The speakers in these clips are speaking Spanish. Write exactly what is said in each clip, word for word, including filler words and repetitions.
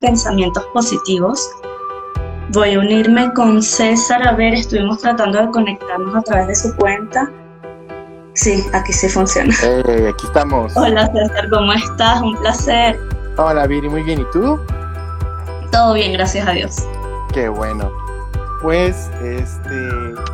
pensamientos positivos. Voy a unirme con César. A ver, estuvimos tratando de conectarnos a través de su cuenta. Sí, aquí sí funciona. Hey, aquí estamos. Hola César, ¿cómo estás? Un placer. Hola Viri, muy bien. ¿Y tú? Todo bien, gracias a Dios. Qué bueno. Pues, este...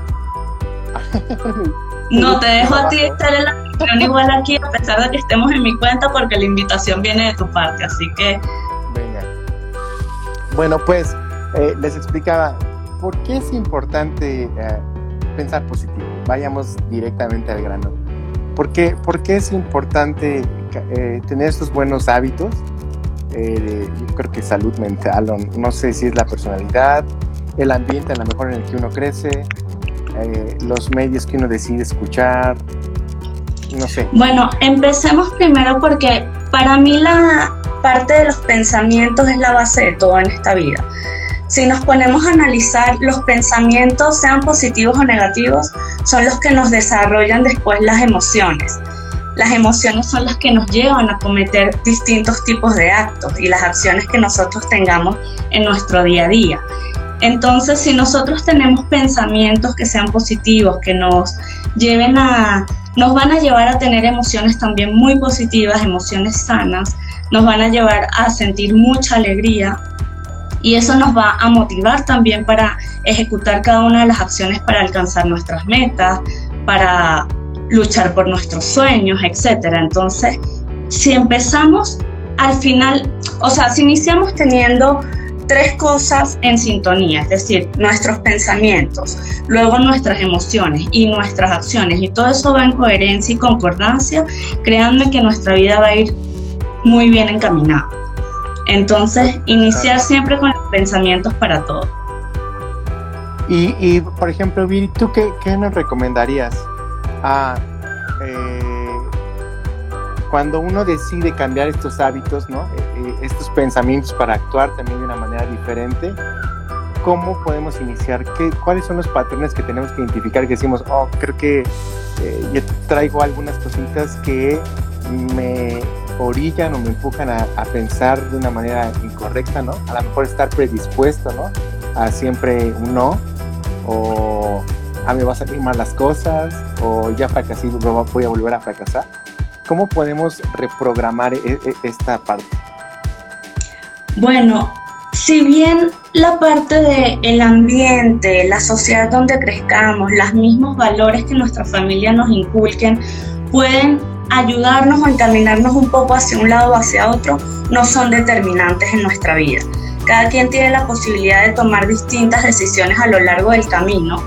No, te dejo a ti estar en la invitación igual aquí, a pesar de que estemos en mi cuenta, porque la invitación viene de tu parte, así que... Venga. Bueno, pues, eh, les explicaba, ¿por qué es importante eh, pensar positivo? Vayamos directamente al grano. ¿Por qué, por qué es importante eh, tener estos buenos hábitos? Eh, yo creo que salud mental, o no sé si es la personalidad, el ambiente a lo mejor en el que uno crece, eh, los medios que uno decide escuchar, no sé. Bueno, empecemos primero porque para mí la parte de los pensamientos es la base de todo en esta vida. Si nos ponemos a analizar, los pensamientos, sean positivos o negativos, son los que nos desarrollan después las emociones. Las emociones son las que nos llevan a cometer distintos tipos de actos y las acciones que nosotros tengamos en nuestro día a día. Entonces, si nosotros tenemos pensamientos que sean positivos, que nos lleven a, nos van a llevar a tener emociones también muy positivas, emociones sanas, nos van a llevar a sentir mucha alegría y eso nos va a motivar también para ejecutar cada una de las acciones para alcanzar nuestras metas, para luchar por nuestros sueños, etcétera. Entonces, si empezamos al final, o sea, si iniciamos teniendo tres cosas en sintonía, es decir, nuestros pensamientos, luego nuestras emociones y nuestras acciones, y todo eso va en coherencia y concordancia, créanme que nuestra vida va a ir muy bien encaminada. Entonces, iniciar siempre con los pensamientos para todo. Y, y por ejemplo, Viri, ¿tú qué, qué nos recomendarías? Ah, eh, cuando uno decide cambiar estos hábitos, ¿no? Eh, estos pensamientos para actuar también de una manera diferente, ¿cómo podemos iniciar? ¿Qué, ¿Cuáles son los patrones que tenemos que identificar? Que decimos, oh, creo que eh, yo traigo algunas cositas que me orillan o me empujan a, a pensar de una manera incorrecta, ¿no? A lo mejor estar predispuesto, ¿no? A siempre un no, o a me va a salir mal las cosas, o ya fracasé y voy a volver a fracasar. ¿Cómo podemos reprogramar e- e- esta parte? Bueno, si bien la parte del ambiente, la sociedad donde crezcamos, los mismos valores que nuestra familia nos inculquen, pueden ayudarnos o encaminarnos un poco hacia un lado o hacia otro, no son determinantes en nuestra vida. Cada quien tiene la posibilidad de tomar distintas decisiones a lo largo del camino.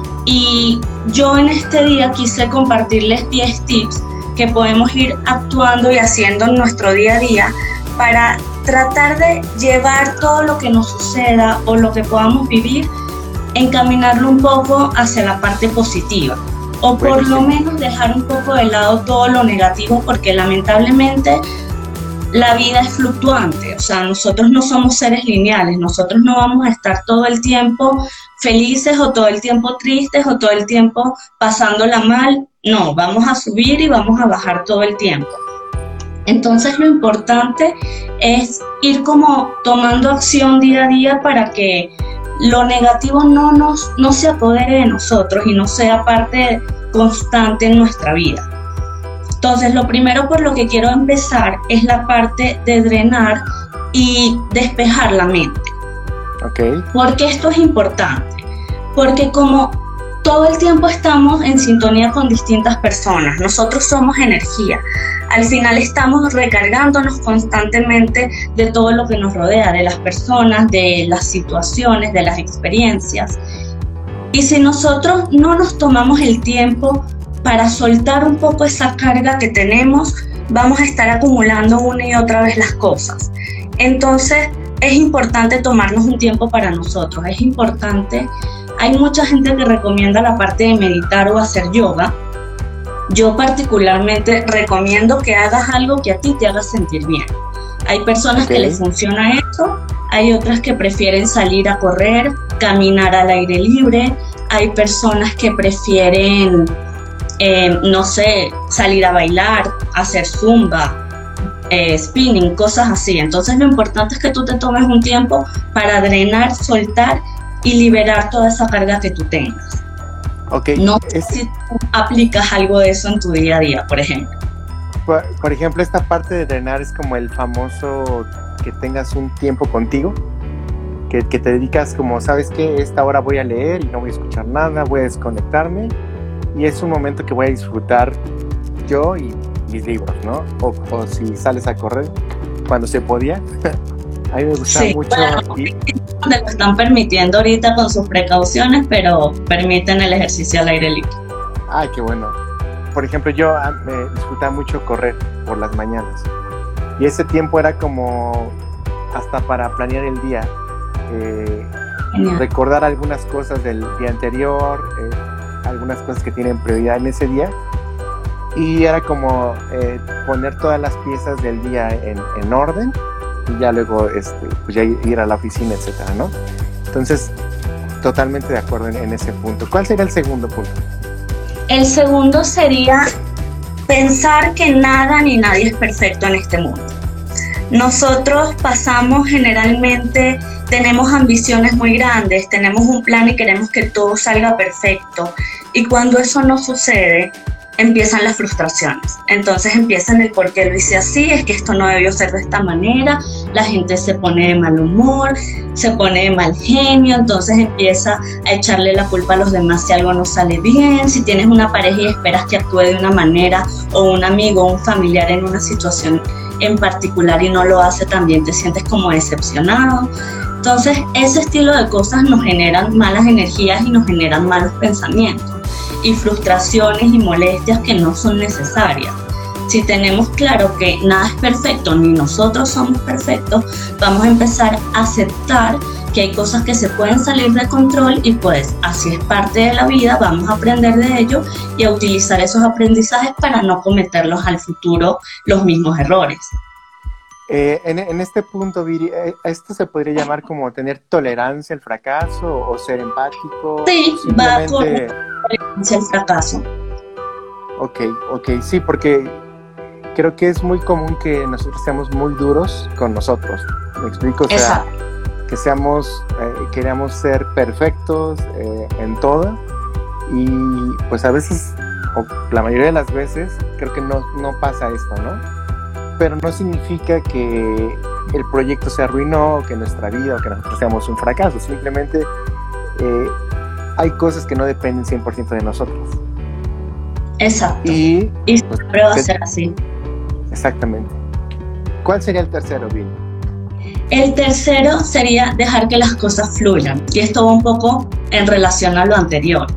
Y yo en este día quise compartirles diez tips que podemos ir actuando y haciendo en nuestro día a día para tratar de llevar todo lo que nos suceda o lo que podamos vivir, encaminarlo un poco hacia la parte positiva. O por lo menos dejar un poco de lado todo lo negativo, porque lamentablemente la vida es fluctuante, o sea, nosotros no somos seres lineales, nosotros no vamos a estar todo el tiempo felices o todo el tiempo tristes o todo el tiempo pasándola mal, no, vamos a subir y vamos a bajar todo el tiempo. Entonces lo importante es ir como tomando acción día a día para que lo negativo no, nos, no se apodere de nosotros y no sea parte constante en nuestra vida. Entonces, lo primero por lo que quiero empezar es la parte de drenar y despejar la mente. Okay. ¿Por qué esto es importante? Porque como todo el tiempo estamos en sintonía con distintas personas, nosotros somos energía. Al final estamos recargándonos constantemente de todo lo que nos rodea, de las personas, de las situaciones, de las experiencias. Y si nosotros no nos tomamos el tiempo para soltar un poco esa carga que tenemos, vamos a estar acumulando una y otra vez las cosas. Entonces, es importante tomarnos un tiempo para nosotros, es importante. Hay mucha gente que recomienda la parte de meditar o hacer yoga. Yo particularmente recomiendo que hagas algo que a ti te haga sentir bien. Hay personas okay. que les funciona eso, hay otras que prefieren salir a correr, caminar al aire libre, hay personas que prefieren, eh, no sé, salir a bailar, hacer zumba, eh, spinning, cosas así. Entonces lo importante es que tú te tomes un tiempo para drenar, soltar y liberar toda esa carga que tú tengas. Okay. No sé es... si tú aplicas algo de eso en tu día a día, por ejemplo. Por, por ejemplo, esta parte de drenar es como el famoso que tengas un tiempo contigo, que, que te dedicas como, ¿sabes qué? Esta hora voy a leer y no voy a escuchar nada, voy a desconectarme y es un momento que voy a disfrutar yo y mis libros, ¿no? O, o si sales a correr, cuando se podía. A mí me gusta sí, mucho. Bueno, y... donde lo están permitiendo ahorita con sus precauciones, pero permiten el ejercicio al aire libre. Ay, qué bueno. Por ejemplo, yo me disfrutaba mucho correr por las mañanas. Y ese tiempo era como hasta para planear el día. Eh, recordar algunas cosas del día anterior, eh, algunas cosas que tienen prioridad en ese día. Y era como eh, poner todas las piezas del día en, en orden y ya luego este, pues ya ir a la oficina, etcétera, ¿no? Entonces, totalmente de acuerdo en, en ese punto. ¿Cuál sería el segundo punto? El segundo sería pensar que nada ni nadie es perfecto en este mundo. Nosotros pasamos generalmente, tenemos ambiciones muy grandes, tenemos un plan y queremos que todo salga perfecto. Y cuando eso no sucede, empiezan las frustraciones. Entonces empiezan el por qué lo hice así, es que esto no debió ser de esta manera, la gente se pone de mal humor, se pone de mal genio, entonces empieza a echarle la culpa a los demás si algo no sale bien. Si tienes una pareja y esperas que actúe de una manera, o un amigo o un familiar en una situación en particular y no lo hace, también te sientes como decepcionado. Entonces ese estilo de cosas nos generan malas energías y nos generan malos pensamientos y frustraciones y molestias que no son necesarias. Si tenemos claro que nada es perfecto, ni nosotros somos perfectos, vamos a empezar a aceptar que hay cosas que se pueden salir de control y pues así es parte de la vida, vamos a aprender de ello y a utilizar esos aprendizajes para no cometerlos al futuro los mismos errores. Eh, en, en este punto, Viri, ¿esto se podría llamar como tener tolerancia al fracaso o ser empático? Sí, simplemente... va con tolerancia al fracaso. Ok, ok, sí, porque creo que es muy común que nosotros seamos muy duros con nosotros. ¿Me explico? O sea, exacto, que seamos, eh, queramos ser perfectos eh, en todo y pues a veces, o la mayoría de las veces, creo que no, no pasa esto, ¿no? Pero no significa que el proyecto se arruinó, que nuestra vida o que nosotros seamos un fracaso. Simplemente eh, hay cosas que no dependen cien por ciento de nosotros. Exacto. Y, y siempre pues, va a ser así. Exactamente. ¿Cuál sería el tercero, Vini? El tercero sería dejar que las cosas fluyan. Y esto va un poco en relación a lo anterior.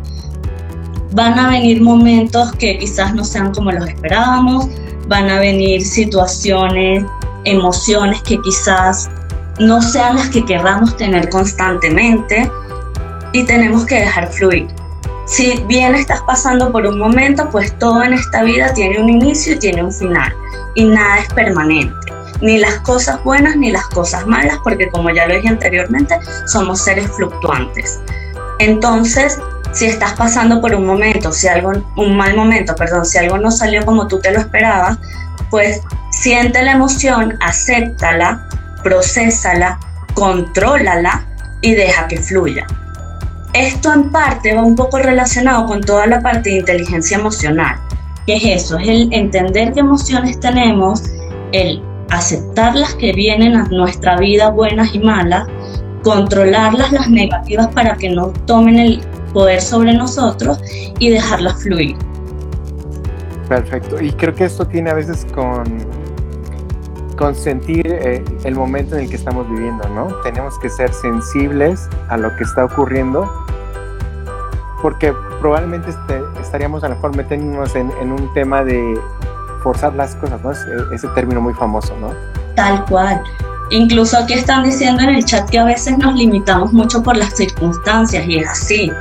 Van a venir momentos que quizás no sean como los esperábamos. Van a venir situaciones, emociones que quizás no sean las que querramos tener constantemente y tenemos que dejar fluir. Si bien estás pasando por un momento, pues todo en esta vida tiene un inicio y tiene un final y nada es permanente, ni las cosas buenas ni las cosas malas, porque como ya lo dije anteriormente, somos seres fluctuantes. Entonces, si estás pasando por un momento, si algo, un mal momento, perdón, si algo no salió como tú te lo esperabas, pues siente la emoción, acéptala, procésala, contrólala y deja que fluya. Esto en parte va un poco relacionado con toda la parte de inteligencia emocional. ¿Qué es eso? Es el entender qué emociones tenemos, el aceptar las que vienen a nuestra vida, buenas y malas, controlarlas, las negativas, para que no tomen el poder sobre nosotros y dejarlas fluir. Perfecto. Y creo que esto tiene a veces con, con sentir eh, el momento en el que estamos viviendo, ¿no? Tenemos que ser sensibles a lo que está ocurriendo, porque probablemente este, estaríamos a lo mejor metiéndonos en, en un tema de forzar las cosas, ¿no? Es, ese término muy famoso, ¿no? Tal cual. Incluso aquí están diciendo en el chat que a veces nos limitamos mucho por las circunstancias y es así.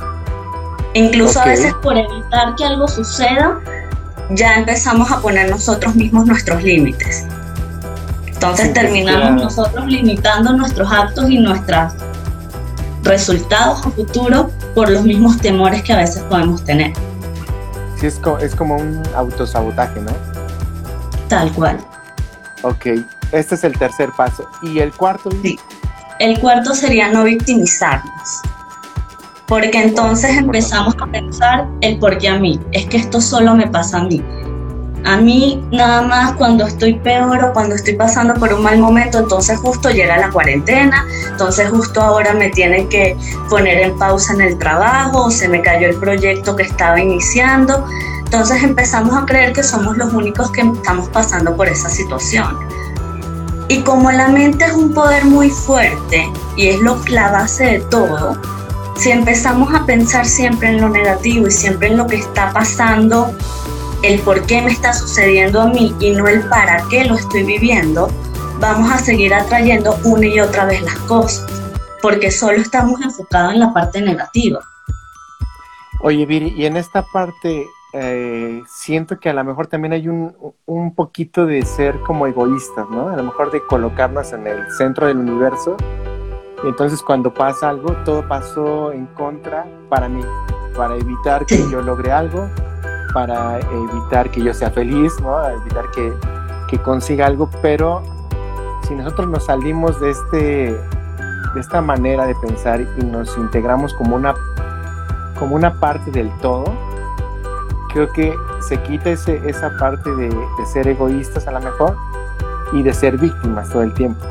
Incluso okay. A veces por evitar que algo suceda, ya empezamos a poner nosotros mismos nuestros límites. Entonces sí, terminamos claro. nosotros limitando nuestros actos y nuestros resultados a futuro por los mismos temores que a veces podemos tener. Sí, es como, es como un autosabotaje, ¿no? Tal cual. Ok, este es el tercer paso. ¿Y el cuarto? Sí. El cuarto sería no victimizarnos. Porque entonces empezamos a pensar el por qué a mí. Es que esto solo me pasa a mí. A mí nada más cuando estoy peor o cuando estoy pasando por un mal momento, entonces justo llega la cuarentena, entonces justo ahora me tienen que poner en pausa en el trabajo, o se me cayó el proyecto que estaba iniciando. Entonces empezamos a creer que somos los únicos que estamos pasando por esa situación. Y como la mente es un poder muy fuerte y es lo, la base de todo, si empezamos a pensar siempre en lo negativo y siempre en lo que está pasando, el por qué me está sucediendo a mí y no el para qué lo estoy viviendo, vamos a seguir atrayendo una y otra vez las cosas, porque solo estamos enfocados en la parte negativa. Oye, Viri, y en esta parte eh, siento que a lo mejor también hay un, un poquito de ser como egoístas, ¿no? A lo mejor de colocarnos en el centro del universo, y entonces cuando pasa algo, todo pasó en contra para mí, para evitar que yo logre algo, para evitar que yo sea feliz, ¿no? Evitar que, que consiga algo, pero si nosotros nos salimos de este de esta manera de pensar y nos integramos como una como una parte del todo, creo que se quita ese, esa parte de, de ser egoístas a lo mejor y de ser víctimas todo el tiempo.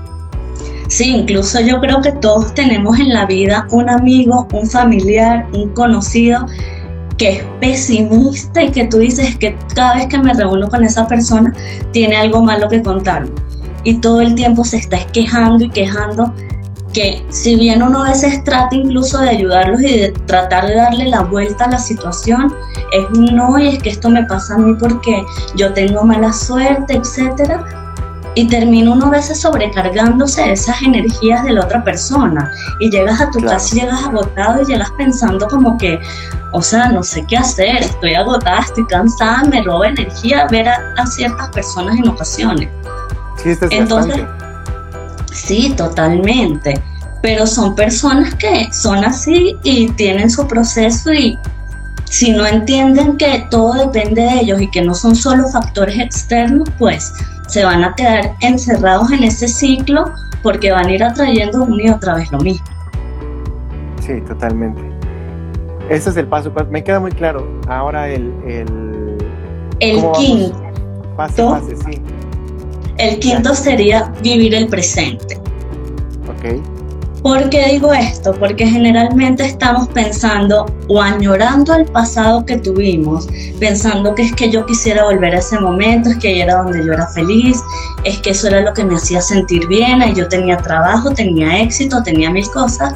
Sí, incluso yo creo que todos tenemos en la vida un amigo, un familiar, un conocido que es pesimista y que tú dices que cada vez que me reúno con esa persona tiene algo malo que contarme y todo el tiempo se está quejando y quejando, que si bien uno a veces trata incluso de ayudarlos y de tratar de darle la vuelta a la situación, es un no, y es que esto me pasa a mí porque yo tengo mala suerte, etcétera, y termina uno a veces sobrecargándose de esas energías de la otra persona y llegas a tu claro. casa y llegas agotado y llegas pensando como que, o sea, no sé qué hacer, estoy agotada, estoy cansada, me roba energía ver a, a ciertas personas en ocasiones. Sí, esto es Entonces, bastante. Sí, totalmente, pero son personas que son así y tienen su proceso, y si no entienden que todo depende de ellos y que no son solo factores externos, pues se van a quedar encerrados en ese ciclo porque van a ir atrayendo una y otra vez lo mismo. Sí, totalmente. Ese es el paso. Me queda muy claro. Ahora el... El, el quinto. Pase, pase, sí. El quinto sería vivir el presente. Ok. ¿Por qué digo esto? Porque generalmente estamos pensando o añorando el pasado que tuvimos, pensando que es que yo quisiera volver a ese momento, es que ahí era donde yo era feliz, es que eso era lo que me hacía sentir bien, ahí yo tenía trabajo, tenía éxito, tenía mil cosas.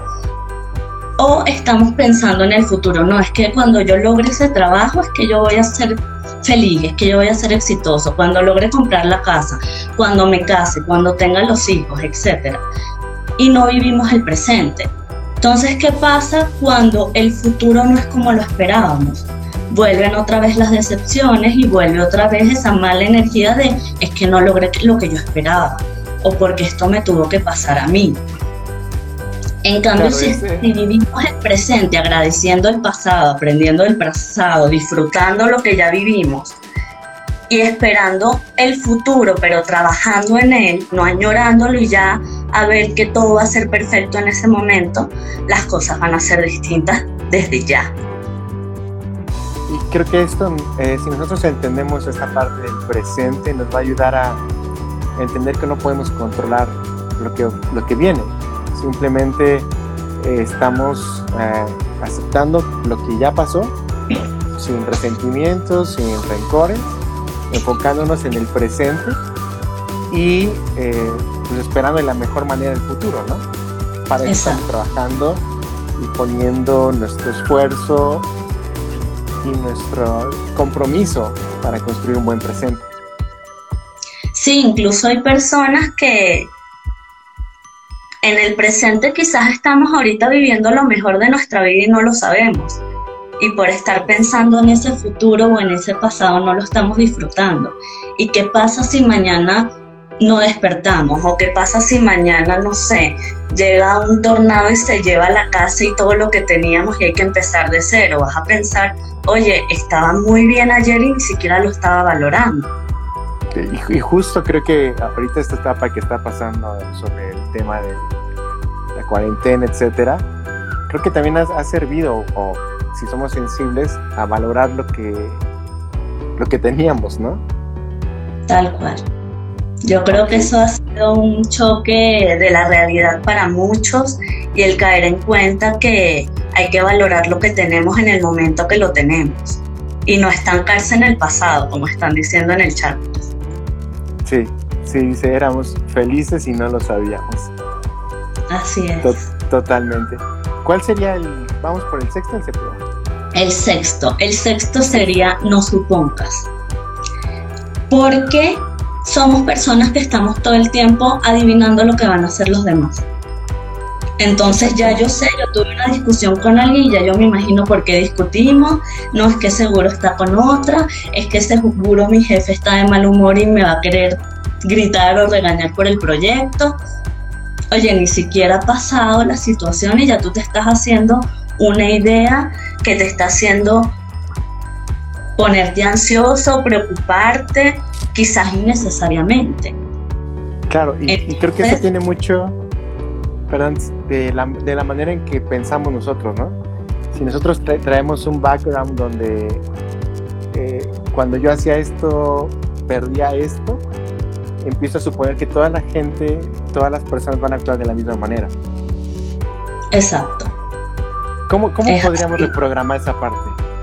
O estamos pensando en el futuro, no, es que cuando yo logre ese trabajo es que yo voy a ser feliz, es que yo voy a ser exitoso, cuando logre comprar la casa, cuando me case, cuando tenga los hijos, etcétera. Y no vivimos el presente. Entonces, ¿qué pasa cuando el futuro no es como lo esperábamos? Vuelven otra vez las decepciones y vuelve otra vez esa mala energía de es que no logré lo que yo esperaba o porque esto me tuvo que pasar a mí. En cambio, claro, si, ese... si vivimos el presente agradeciendo el pasado, aprendiendo del pasado, disfrutando lo que ya vivimos y esperando el futuro, pero trabajando en él, no añorándolo y ya a ver que todo va a ser perfecto en ese momento, las cosas van a ser distintas desde ya. Y creo que esto, eh, si nosotros entendemos esta parte del presente, nos va a ayudar a entender que no podemos controlar lo que, lo que viene. Simplemente eh, estamos eh, aceptando lo que ya pasó, sin resentimientos, sin rencores, enfocándonos en el presente y eh, pues esperando de la mejor manera el futuro, ¿no? Para eso estamos trabajando y poniendo nuestro esfuerzo y nuestro compromiso para construir un buen presente. Sí, incluso hay personas que en el presente quizás estamos ahorita viviendo lo mejor de nuestra vida y no lo sabemos. Y por estar pensando en ese futuro o en ese pasado no lo estamos disfrutando. ¿Y qué pasa si mañana no despertamos? ¿O qué pasa si mañana, no sé, llega un tornado y se lleva la casa y todo lo que teníamos y hay que empezar de cero? Vas a pensar, oye, estaba muy bien ayer y ni siquiera lo estaba valorando. Y, y justo creo que ahorita esta etapa que está pasando sobre el tema de la cuarentena, etcétera, creo que también ha, ha servido, o si somos sensibles, a valorar lo que, lo que teníamos, ¿no? Tal cual. Yo creo que eso ha sido un choque de la realidad para muchos, y el caer en cuenta que hay que valorar lo que tenemos en el momento que lo tenemos y no estancarse en el pasado, como están diciendo en el chat. Sí, sí, dice, éramos felices y no lo sabíamos. Así es. To- totalmente. ¿Cuál sería el, vamos por el sexto o el séptimo? El sexto, el sexto sería no supongas. Porque somos personas que estamos todo el tiempo adivinando lo que van a hacer los demás. Entonces ya yo sé, yo tuve una discusión con alguien y ya yo me imagino por qué discutimos. No, es que seguro está con otra, es que seguro mi jefe está de mal humor y me va a querer gritar o regañar por el proyecto. Oye, ni siquiera ha pasado la situación y ya tú te estás haciendo una idea que te está haciendo ponerte ansioso, preocuparte, quizás innecesariamente. Claro, y, Entonces, y creo que eso tiene mucho, perdón, de la, de la manera en que pensamos nosotros, ¿no? Si nosotros tra- traemos un background donde eh, cuando yo hacía esto, perdía esto, empiezo a suponer que toda la gente, todas las personas van a actuar de la misma manera. Exacto. ¿Cómo, cómo Es podríamos así. reprogramar esa parte?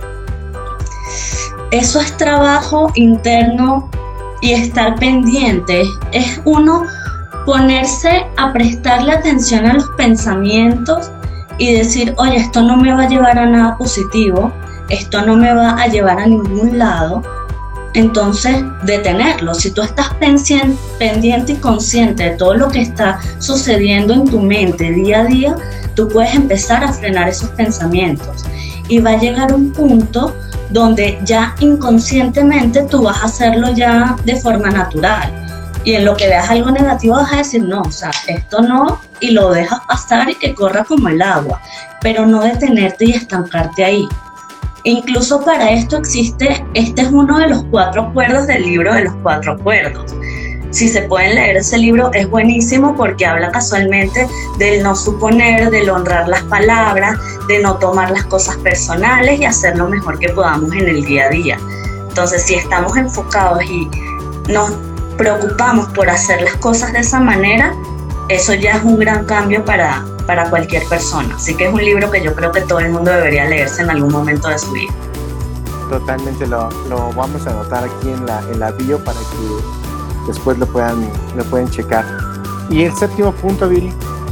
Eso es trabajo interno y estar pendiente. Es uno ponerse a prestarle atención a los pensamientos y decir, oye, esto no me va a llevar a nada positivo, esto no me va a llevar a ningún lado. Entonces, detenerlo. Si tú estás pensi- pendiente y consciente de todo lo que está sucediendo en tu mente día a día, tú puedes empezar a frenar esos pensamientos. Y va a llegar un punto donde ya inconscientemente tú vas a hacerlo ya de forma natural. Y en lo que veas algo negativo vas a decir, no, o sea, esto no, y lo dejas pasar y que corra como el agua. Pero no detenerte y estancarte ahí. Incluso para esto existe, este es uno de los cuatro acuerdos del libro de los cuatro acuerdos. Si se pueden leer ese libro es buenísimo porque habla casualmente del no suponer, del honrar las palabras, de no tomar las cosas personales y hacer lo mejor que podamos en el día a día. Entonces, si estamos enfocados y nos preocupamos por hacer las cosas de esa manera, eso ya es un gran cambio para, para cualquier persona. Así que es un libro que yo creo que todo el mundo debería leerse en algún momento de su vida. Totalmente, lo, lo vamos a anotar aquí en la, en la bio para que después lo puedan, lo pueden checar. Y el séptimo punto, Viri.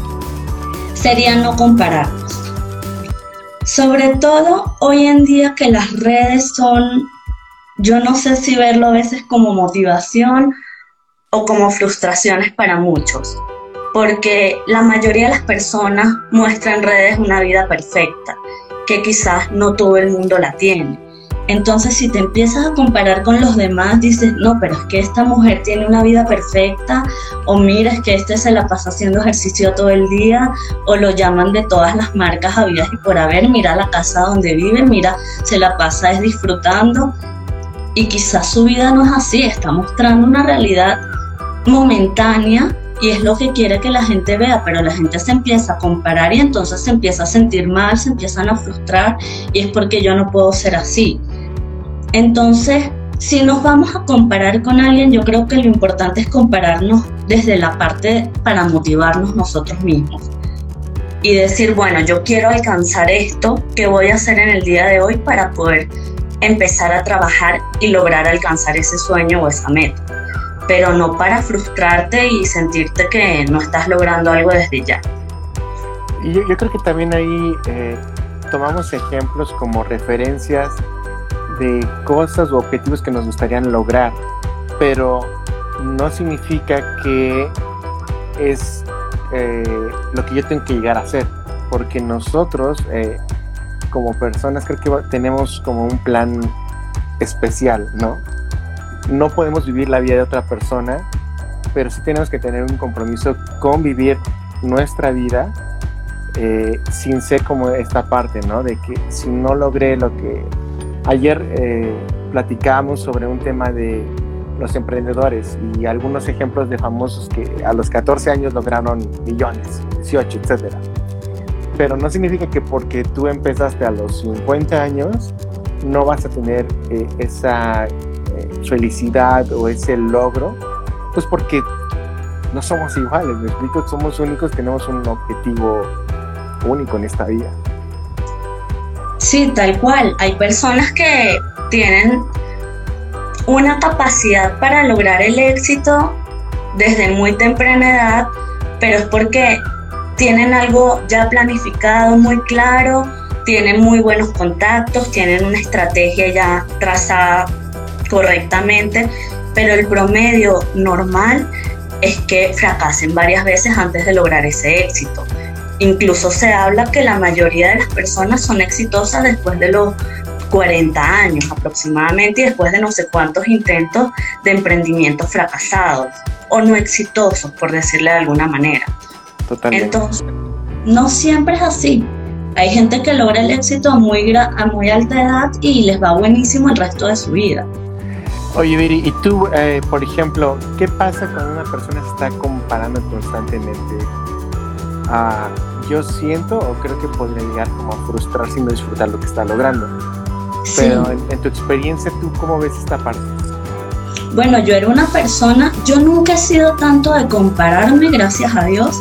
Sería no compararnos. Sobre todo hoy en día que las redes son, yo no sé si verlo a veces como motivación o como frustraciones para muchos. Porque la mayoría de las personas muestran en redes una vida perfecta, que quizás no todo el mundo la tiene. Entonces, si te empiezas a comparar con los demás, dices, no, pero es que esta mujer tiene una vida perfecta, o mira, es que este se la pasa haciendo ejercicio todo el día, o lo llaman de todas las marcas habidas y por haber, mira la casa donde vive, mira, se la pasa es disfrutando, y quizás su vida no es así, está mostrando una realidad momentánea, y es lo que quiere que la gente vea, pero la gente se empieza a comparar y entonces se empieza a sentir mal, se empiezan a frustrar, y es porque yo no puedo ser así. Entonces, si nos vamos a comparar con alguien, yo creo que lo importante es compararnos desde la parte para motivarnos nosotros mismos y decir, bueno, yo quiero alcanzar esto, ¿qué voy a hacer en el día de hoy para poder empezar a trabajar y lograr alcanzar ese sueño o esa meta? Pero no para frustrarte y sentirte que no estás logrando algo desde ya. Y yo, yo creo que también ahí eh, tomamos ejemplos como referencias de cosas o objetivos que nos gustarían lograr, pero no significa que es eh, lo que yo tengo que llegar a hacer, porque nosotros eh, como personas creo que tenemos como un plan especial, ¿no? No podemos vivir la vida de otra persona, pero sí tenemos que tener un compromiso con vivir nuestra vida eh, sin ser como esta parte, ¿no? De que si no logré lo que... Ayer eh, platicábamos sobre un tema de los emprendedores y algunos ejemplos de famosos que a los catorce años lograron millones, dieciocho, etcétera. Pero no significa que porque tú empezaste a los cincuenta años no vas a tener eh, esa eh, felicidad o ese logro, pues porque no somos iguales, me explico, somos únicos, tenemos un objetivo único en esta vida. Sí, tal cual. Hay personas que tienen una capacidad para lograr el éxito desde muy temprana edad, pero es porque tienen algo ya planificado, muy claro, tienen muy buenos contactos, tienen una estrategia ya trazada correctamente, pero el promedio normal es que fracasen varias veces antes de lograr ese éxito. Incluso se habla que la mayoría de las personas son exitosas después de los cuarenta años aproximadamente y después de no sé cuántos intentos de emprendimiento fracasados o no exitosos, por decirle de alguna manera. Totalmente. Entonces, no siempre es así. Hay gente que logra el éxito a muy, a muy alta edad y les va buenísimo el resto de su vida. Oye, Viri, y tú, eh, por ejemplo, ¿qué pasa cuando una persona se está comparando constantemente? Ah, yo siento o creo que podría llegar como a frustrarse y no disfrutar lo que está logrando. Sí. Pero en, en tu experiencia, ¿tú cómo ves esta parte? Bueno, yo era una persona, yo nunca he sido tanto de compararme, gracias a Dios,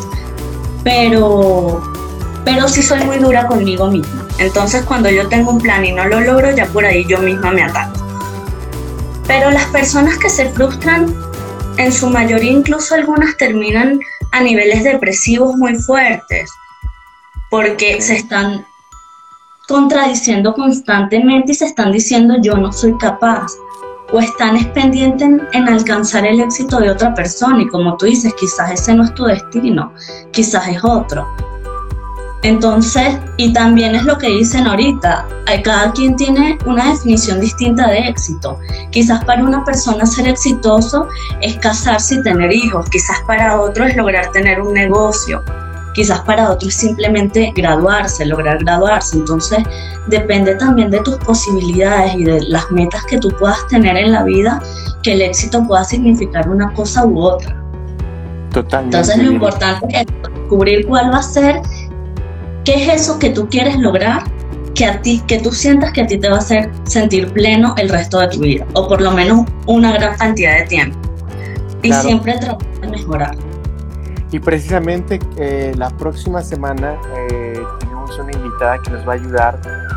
pero, pero sí soy muy dura conmigo misma. Entonces, cuando yo tengo un plan y no lo logro, ya por ahí yo misma me ataco. Pero las personas que se frustran, en su mayoría incluso algunas terminan a niveles depresivos muy fuertes, porque okay. se están contradiciendo constantemente y se están diciendo yo no soy capaz, o están pendientes en, en alcanzar el éxito de otra persona y como tú dices, quizás ese no es tu destino, quizás es otro. Entonces, y también es lo que dicen ahorita, cada quien tiene una definición distinta de éxito. Quizás para una persona ser exitoso es casarse y tener hijos, quizás para otro es lograr tener un negocio, quizás para otro es simplemente graduarse, lograr graduarse. Entonces, depende también de tus posibilidades y de las metas que tú puedas tener en la vida, que el éxito pueda significar una cosa u otra. Totalmente. Entonces, lo importante es descubrir cuál va a ser. ¿Qué es eso que tú quieres lograr que a ti, que tú sientas que a ti te va a hacer sentir pleno el resto de tu vida? O por lo menos una gran cantidad de tiempo. Y claro. Siempre tratar de mejorar. Y precisamente eh, la próxima semana eh, tenemos una invitada que nos va a ayudar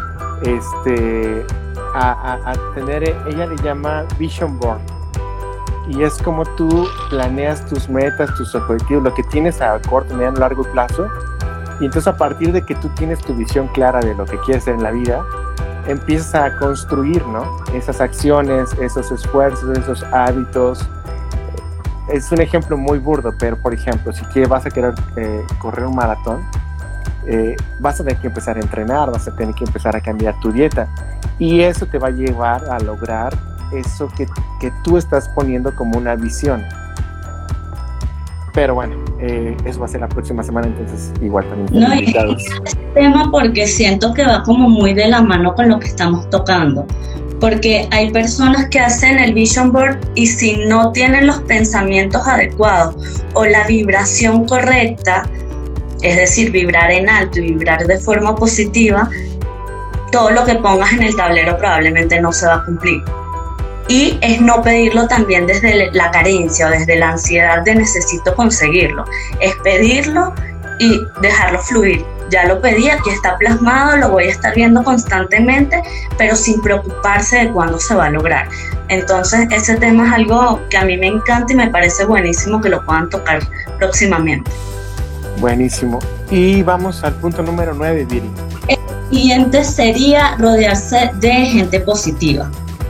este, a, a, a tener, ella le llama Vision Board. Y es como tú planeas tus metas, tus objetivos, lo que tienes a corto, mediano, largo plazo. Y entonces a partir de que tú tienes tu visión clara de lo que quieres hacer en la vida, empiezas a construir, ¿no? Esas acciones, esos esfuerzos, esos hábitos. Es un ejemplo muy burdo, pero por ejemplo, si quieres, vas a querer eh, correr un maratón, eh, vas a tener que empezar a entrenar, vas a tener que empezar a cambiar tu dieta. Y eso te va a llevar a lograr eso que, que tú estás poniendo como una visión. Pero bueno, eh, eso va a ser la próxima semana, entonces igual también no, invitados. Este tema porque siento que va como muy de la mano con lo que estamos tocando, porque hay personas que hacen el Vision Board y si no tienen los pensamientos adecuados o la vibración correcta, es decir, vibrar en alto y vibrar de forma positiva, todo lo que pongas en el tablero probablemente no se va a cumplir. Y es no pedirlo también desde la carencia o desde la ansiedad de necesito conseguirlo. Es pedirlo y dejarlo fluir. Ya lo pedí, aquí está plasmado, lo voy a estar viendo constantemente, pero sin preocuparse de cuándo se va a lograr. Entonces, ese tema es algo que a mí me encanta y me parece buenísimo que lo puedan tocar próximamente. Buenísimo. Y vamos al punto número nueve, Viri. El siguiente sería rodearse de gente positiva.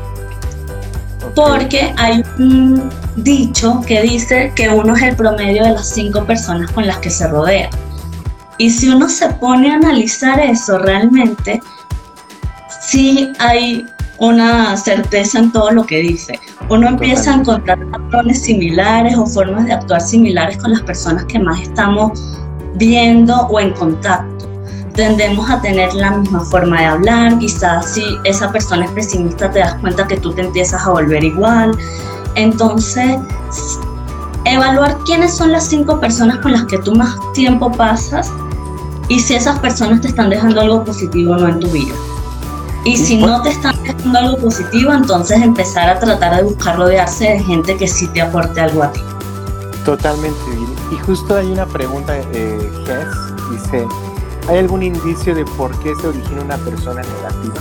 Porque hay un dicho que dice que uno es el promedio de las cinco personas con las que se rodea. Y si uno se pone a analizar eso realmente, sí hay una certeza en todo lo que dice. Uno empieza a encontrar patrones similares o formas de actuar similares con las personas que más estamos viendo o en contacto. Tendemos a tener la misma forma de hablar, quizás si esa persona es pesimista te das cuenta que tú te empiezas a volver igual, Entonces, evaluar quiénes son las cinco personas con las que tú más tiempo pasas y si esas personas te están dejando algo positivo o no en tu vida. Y si no te están dejando algo positivo, entonces empezar a tratar de buscar rodearse de gente que sí te aporte algo a ti. Totalmente. Y justo hay una pregunta de eh, Jess, dice, ¿hay algún indicio de por qué se origina una persona negativa?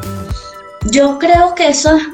Yo creo que eso es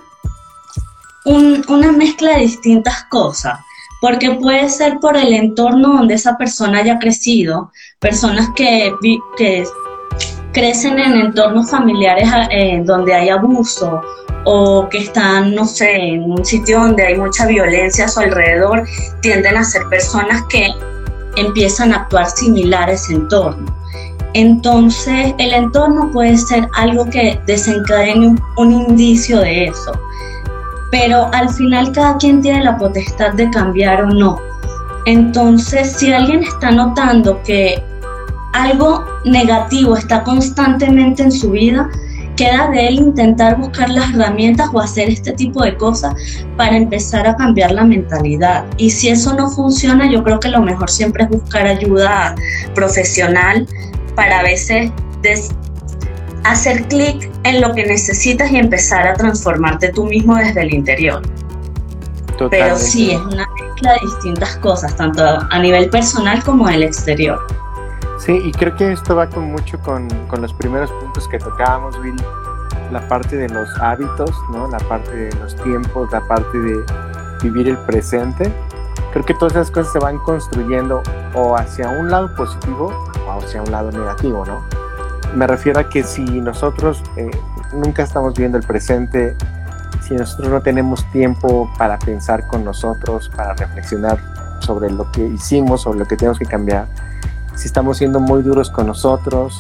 un, una mezcla de distintas cosas, porque puede ser por el entorno donde esa persona haya crecido, personas que, que crecen en entornos familiares eh, donde hay abuso o que están, no sé, en un sitio donde hay mucha violencia a su alrededor, tienden a ser personas que empiezan a actuar similar a ese entorno. Entonces, el entorno puede ser algo que desencadene un, un indicio de eso, pero al final cada quien tiene la potestad de cambiar o no. Entonces, si alguien está notando que algo negativo está constantemente en su vida, queda de él intentar buscar las herramientas o hacer este tipo de cosas para empezar a cambiar la mentalidad. Y si eso no funciona, yo creo que lo mejor siempre es buscar ayuda profesional para a veces des- hacer clic en lo que necesitas y empezar a transformarte tú mismo desde el interior. Totalmente. Pero sí, es una mezcla de distintas cosas, tanto a nivel personal como en el exterior. Sí, y creo que esto va con mucho con, con los primeros puntos que tocábamos, Viri, la parte de los hábitos, ¿no? La parte de los tiempos, la parte de vivir el presente. Creo que todas esas cosas se van construyendo o hacia un lado positivo o hacia un lado negativo, ¿no? Me refiero a que si nosotros eh, nunca estamos viendo el presente, si nosotros no tenemos tiempo para pensar con nosotros, para reflexionar sobre lo que hicimos, sobre lo que tenemos que cambiar, si estamos siendo muy duros con nosotros,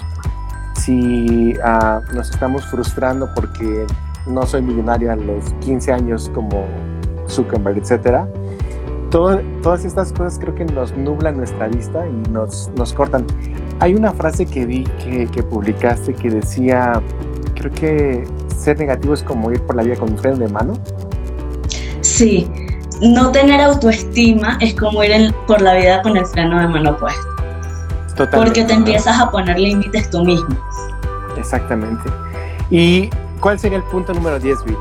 si uh, nos estamos frustrando porque no soy millonario a los quince años como Zuckerberg, etcétera, todo, todas estas cosas creo que nos nublan nuestra vista y nos, nos cortan. Hay una frase que vi que, que publicaste que decía, creo que ser negativo es como ir por la vida con un freno de mano. Sí, no tener autoestima es como ir en, por la vida con el freno de mano puesto. Totalmente. Porque te empiezas a poner límites tú mismo. Exactamente. ¿Y cuál sería el punto número diez, Bill?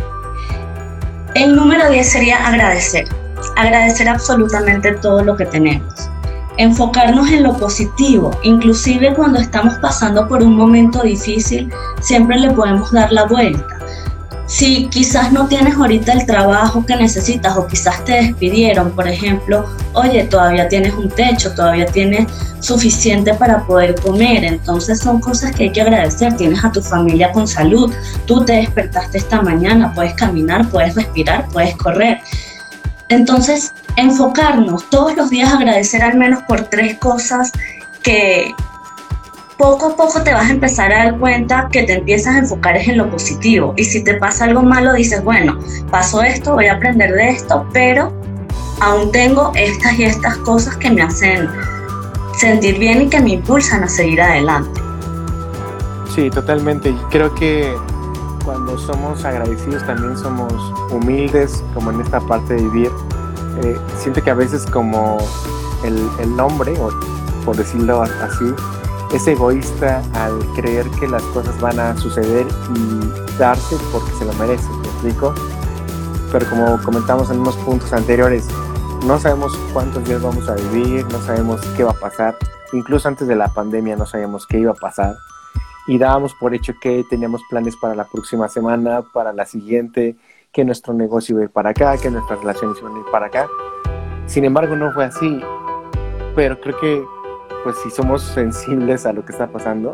El número diez sería agradecer. Agradecer absolutamente todo lo que tenemos. Enfocarnos en lo positivo. Inclusive cuando estamos pasando por un momento difícil, siempre le podemos dar la vuelta. Si quizás no tienes ahorita el trabajo que necesitas o quizás te despidieron, por ejemplo, oye, todavía tienes un techo, todavía tienes suficiente para poder comer, entonces son cosas que hay que agradecer. Tienes a tu familia con salud, tú te despertaste esta mañana, puedes caminar, puedes respirar, puedes correr. Entonces, enfocarnos todos los días, agradecer al menos por tres cosas que poco a poco te vas a empezar a dar cuenta que te empiezas a enfocar es en lo positivo. Y si te pasa algo malo, dices, bueno, pasó esto, voy a aprender de esto, pero aún tengo estas y estas cosas que me hacen sentir bien y que me impulsan a seguir adelante. Sí, totalmente. Y creo que cuando somos agradecidos también somos humildes, como en esta parte de vivir. Eh, siento que a veces como el, el hombre, o por decirlo así, es egoísta al creer que las cosas van a suceder y darse porque se lo merece, ¿me explico? Pero como comentamos en unos puntos anteriores, no sabemos cuántos días vamos a vivir, no sabemos qué va a pasar. Incluso antes de la pandemia no sabíamos qué iba a pasar. Y dábamos por hecho que teníamos planes para la próxima semana, para la siguiente, que nuestro negocio iba a ir para acá, que nuestras relaciones iban a ir para acá. Sin embargo, no fue así. Pero creo que pues si somos sensibles a lo que está pasando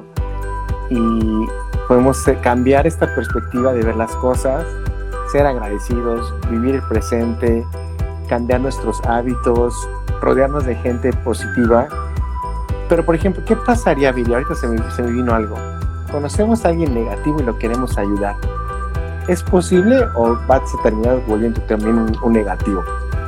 y podemos cambiar esta perspectiva de ver las cosas, ser agradecidos, vivir el presente, cambiar nuestros hábitos, rodearnos de gente positiva. Pero por ejemplo, ¿qué pasaría, Billy? Ahorita se me, se me vino algo. Conocemos a alguien negativo y lo queremos ayudar. ¿Es posible o va a terminar volviendo también un, un negativo?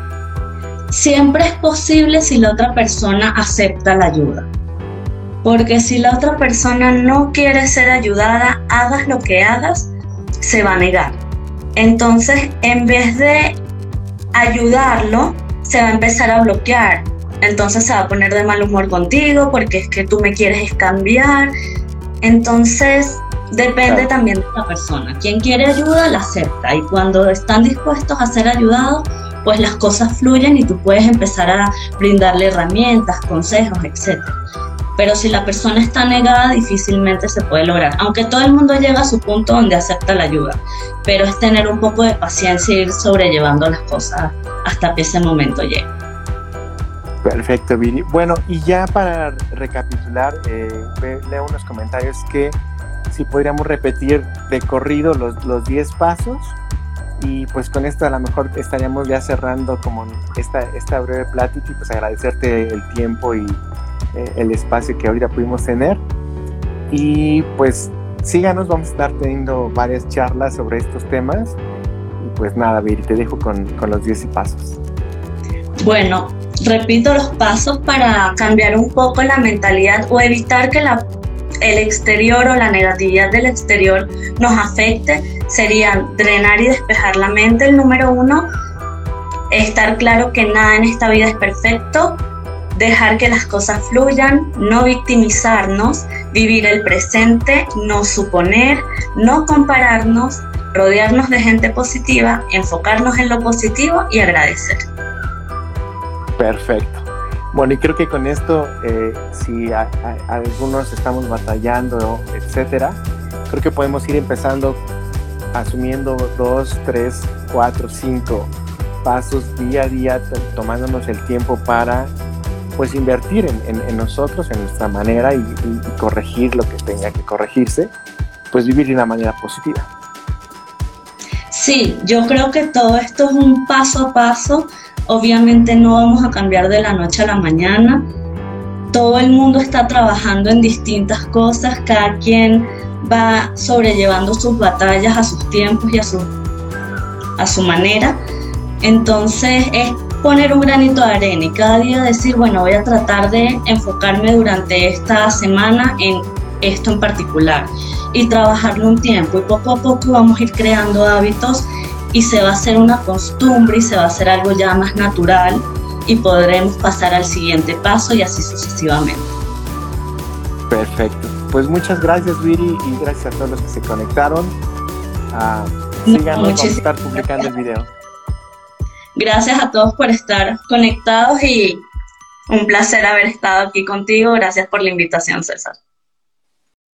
Siempre es posible si la otra persona acepta la ayuda. Porque si la otra persona no quiere ser ayudada, hagas lo que hagas, se va a negar. Entonces, en vez de ayudarlo, se va a empezar a bloquear. Entonces se va a poner de mal humor contigo porque es que tú me quieres cambiar. Entonces depende Claro. también de la persona. Quien quiere ayuda la acepta, y cuando están dispuestos a ser ayudados, pues las cosas fluyen y tú puedes empezar a brindarle herramientas, consejos, etcétera. Pero si la persona está negada, difícilmente se puede lograr, aunque todo el mundo llega a su punto donde acepta la ayuda, pero es tener un poco de paciencia e ir sobrellevando las cosas hasta que ese momento llegue. Perfecto, Viri. Bueno, y ya para recapitular, eh, leo unos comentarios que si podríamos repetir de corrido los, los diez pasos, y pues con esto a lo mejor estaríamos ya cerrando como esta, esta breve plática, y pues agradecerte el tiempo y eh, el espacio que ahorita pudimos tener. Y pues síganos, vamos a estar teniendo varias charlas sobre estos temas. Y pues nada, Viri, te dejo con, con los diez pasos. Bueno, repito los pasos para cambiar un poco la mentalidad o evitar que la, el exterior o la negatividad del exterior nos afecte. Serían drenar y despejar la mente, el número uno, estar claro que nada en esta vida es perfecto, dejar que las cosas fluyan, no victimizarnos, vivir el presente, no suponer, no compararnos, rodearnos de gente positiva, enfocarnos en lo positivo y agradecer. Perfecto. Bueno, y creo que con esto, eh, si a, a, a algunos estamos batallando, etcétera, creo que podemos ir empezando asumiendo dos, tres, cuatro, cinco pasos día a día, t- tomándonos el tiempo para pues invertir en, en, en nosotros, en nuestra manera, y, y, y corregir lo que tenga que corregirse, pues vivir de una manera positiva. Sí, yo creo que todo esto es un paso a paso. Obviamente no vamos a cambiar de la noche a la mañana. Todo el mundo está trabajando en distintas cosas, cada quien va sobrellevando sus batallas a sus tiempos y a su, a su manera. Entonces es poner un granito de arena y cada día decir, bueno, voy a tratar de enfocarme durante esta semana en esto en particular y trabajarlo un tiempo, y poco a poco vamos a ir creando hábitos y se va a hacer una costumbre y se va a hacer algo ya más natural y podremos pasar al siguiente paso y así sucesivamente. Perfecto. Pues muchas gracias, Viri, y gracias a todos los que se conectaron. Uh, síganos, no, vamos a estar publicando el video. Gracias a todos por estar conectados y un placer haber estado aquí contigo. Gracias por la invitación, César.